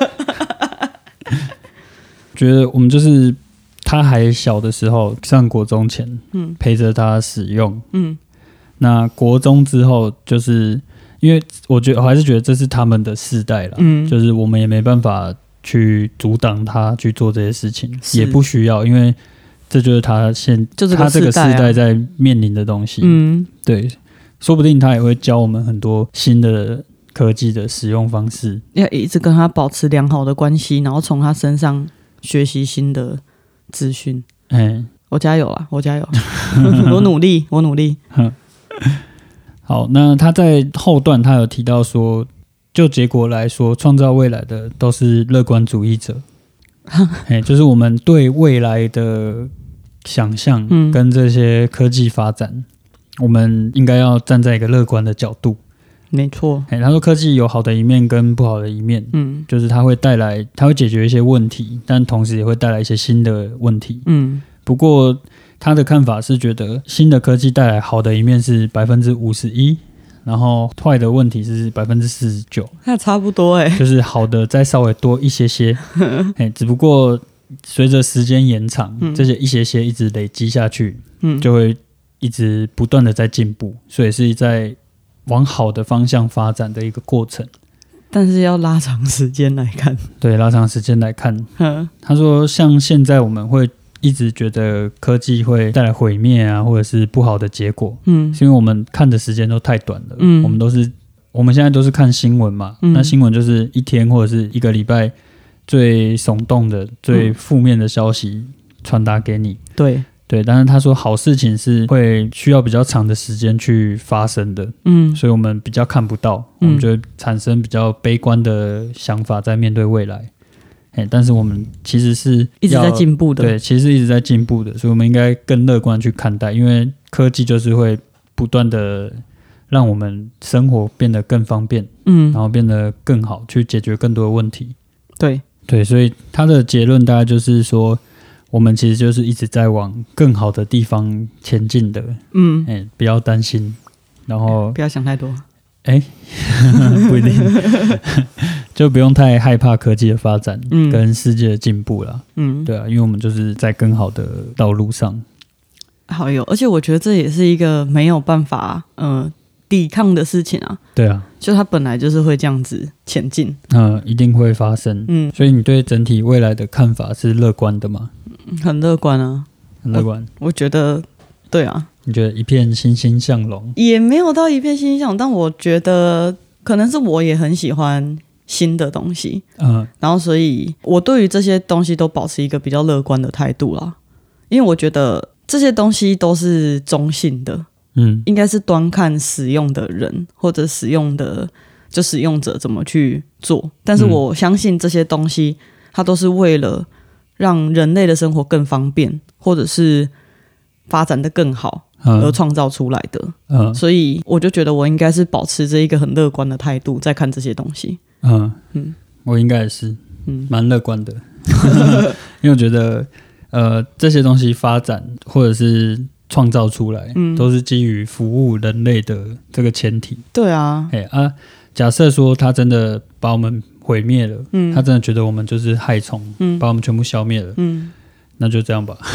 觉得我们就是他还小的时候，上国中前，嗯，陪着他使用，嗯，那国中之后就是。因为我觉得我还是觉得这是他们的世代啦，嗯，就是我们也没办法去阻挡他去做这些事情，也不需要，因为这就是他现就这个、啊、他这个世代在面临的东西，嗯，对，说不定他也会教我们很多新的科技的使用方式， 要一直跟他保持良好的关系，然后从他身上学习新的资讯。哎，我加油啦，我加油，我努力，我努力。 好，那他在后段他有提到说，就结果来说，创造未来的都是乐观主义者，就是我们对未来的想象跟这些科技发展，嗯、我们应该要站在一个乐观的角度。 没错， 他说科技有好的一面跟不好的一面，嗯，就是它会带来，它会解决一些问题，但同时也会带来一些新的问题，嗯，不过。他的看法是觉得新的科技带来好的一面是百分之五十一，然后坏的问题是百分之四十九， 那差不多哎、欸， 就是好的再稍微多一些些，哎，只不过随着时间延长，嗯、这些一些些一直累积下去，嗯，就会一直不断的在进步，所以是在往好的方向发展的一个过程。 但是要拉长时间来看， 对，拉长时间来看，他说像现在我们会。一直觉得科技会带来毁灭啊，或者是不好的结果，嗯，是因为我们看的时间都太短了，嗯，我们都是我们现在都是看新闻嘛，嗯，那新闻就是一天或者是一个礼拜最耸动的、最负面的消息传达给你， 对对，但是他说好事情是会需要比较长的时间去发生的，嗯，所以我们比较看不到，我们就会产生比较悲观的想法在面对未来。但是我们其实是一直在进步的， 对，其实一直在进步的，所以我们应该更乐观去看待，因为科技就是会不断的让我们生活变得更方便，嗯，然后变得更好，去解决更多的问题。 对对，所以他的结论大概就是说，我们其实就是一直在往更好的地方前进的，嗯，哎，不要担心，然后不要想太多。 哎，不一定，就不用太害怕科技的发展跟世界的进步啦。嗯，对啊，因为我们就是在更好的道路上。 好有，而且我觉得这也是一个没有办法呃抵抗的事情啊。 对啊， 就它本来就是会这样子前进， 嗯，一定会发生。嗯，所以你对整体未来的看法是乐观的吗？ 很乐观啊， 很乐观。 我, 我觉得，对啊。 你觉得一片欣欣向荣？ 也没有到一片欣欣向荣，但我觉得可能是我也很喜欢新的东西，嗯，然后所以我对于这些东西都保持一个比较乐观的态度啦，因为我觉得这些东西都是中性的，嗯，应该是端看使用的人或者使用的就使用者怎么去做，但是我相信这些东西它都是为了让人类的生活更方便，或者是发展得更好而创造出来的，嗯，所以我就觉得我应该是保持着一个很乐观的态度在看这些东西。 嗯嗯，我应该也是，嗯，蛮乐观的，因为我觉得，呃，这些东西发展或者是创造出来，嗯，都是基于服务人类的这个前提。 对啊， 哎啊，假设说他真的把我们毁灭了，嗯，他真的觉得我们就是害虫，嗯，把我们全部消灭了，嗯。那就这样吧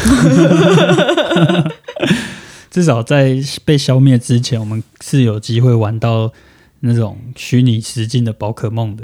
至少在被消灭之前我们是有机会玩到那种虚拟实境的宝可梦的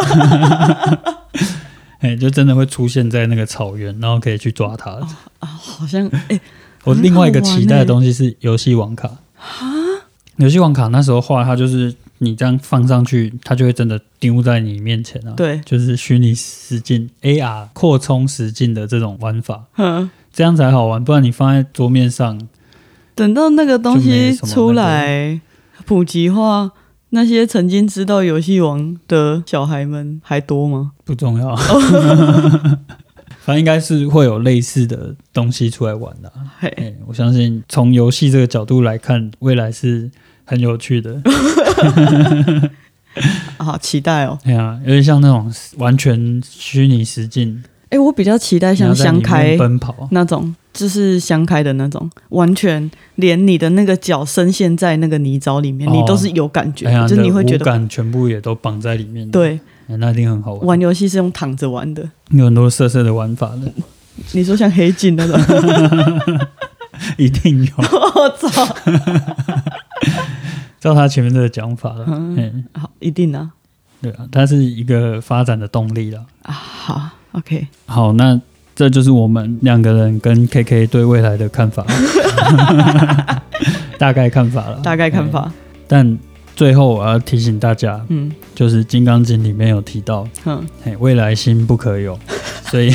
欸、就真的会出现在那个草原，然后可以去抓它、哦啊、好像、欸、 我另外一个期待的东西是游戏王卡。游戏王卡那时候画它就是你这样放上去，它就会真的丢在你面前啊。 对， 就是虚拟实境 A R 扩充实境的这种玩法，这样才好玩。不然你放在桌面上， 等到那个东西出来普及化，那些曾经知道游戏王的小孩们还多吗？ 不重要。反正应该是会有类似的东西出来玩的、啊欸、我相信从游戏这个角度来看，未来是很有趣的。 好期待哦！ 对啊，有点像那种完全虚拟实境。 哎、欸，我比较期待像香开奔跑那种，就是香开的那种，完全连你的那个脚深陷在那个泥沼里面，哦、你都是有感觉，哎、就是你会觉得五感全部也都绑在里面。 对。 那一定很好玩。 玩游戏是用躺着玩的， 有很多色色的玩法的。 你说像黑镜那种， 一定有。 我操！ 照他前面这个讲法了， 嗯，好，一定啊。 对啊，它是一个发展的动力啦。 啊，好 ，OK。 好，那这就是我们两个人跟 K K 对未来的看法，大概看法了， 大概看法。 但最后我要提醒大家，嗯，就是《金刚经》里面有提到，嗯，未来心不可有，所以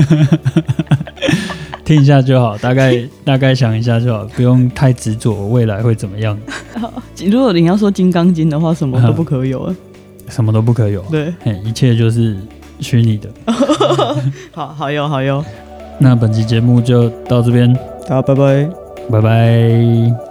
听一下就好，大概大概想一下就好，不用太执着未来会怎么样。 如果你要说《金刚经》的话，什么都不可有啊， 什么都不可有、啊， 对， 一切就是虚拟的。 好好有好有， 那本期节目就到这边， 大家拜拜， 拜拜。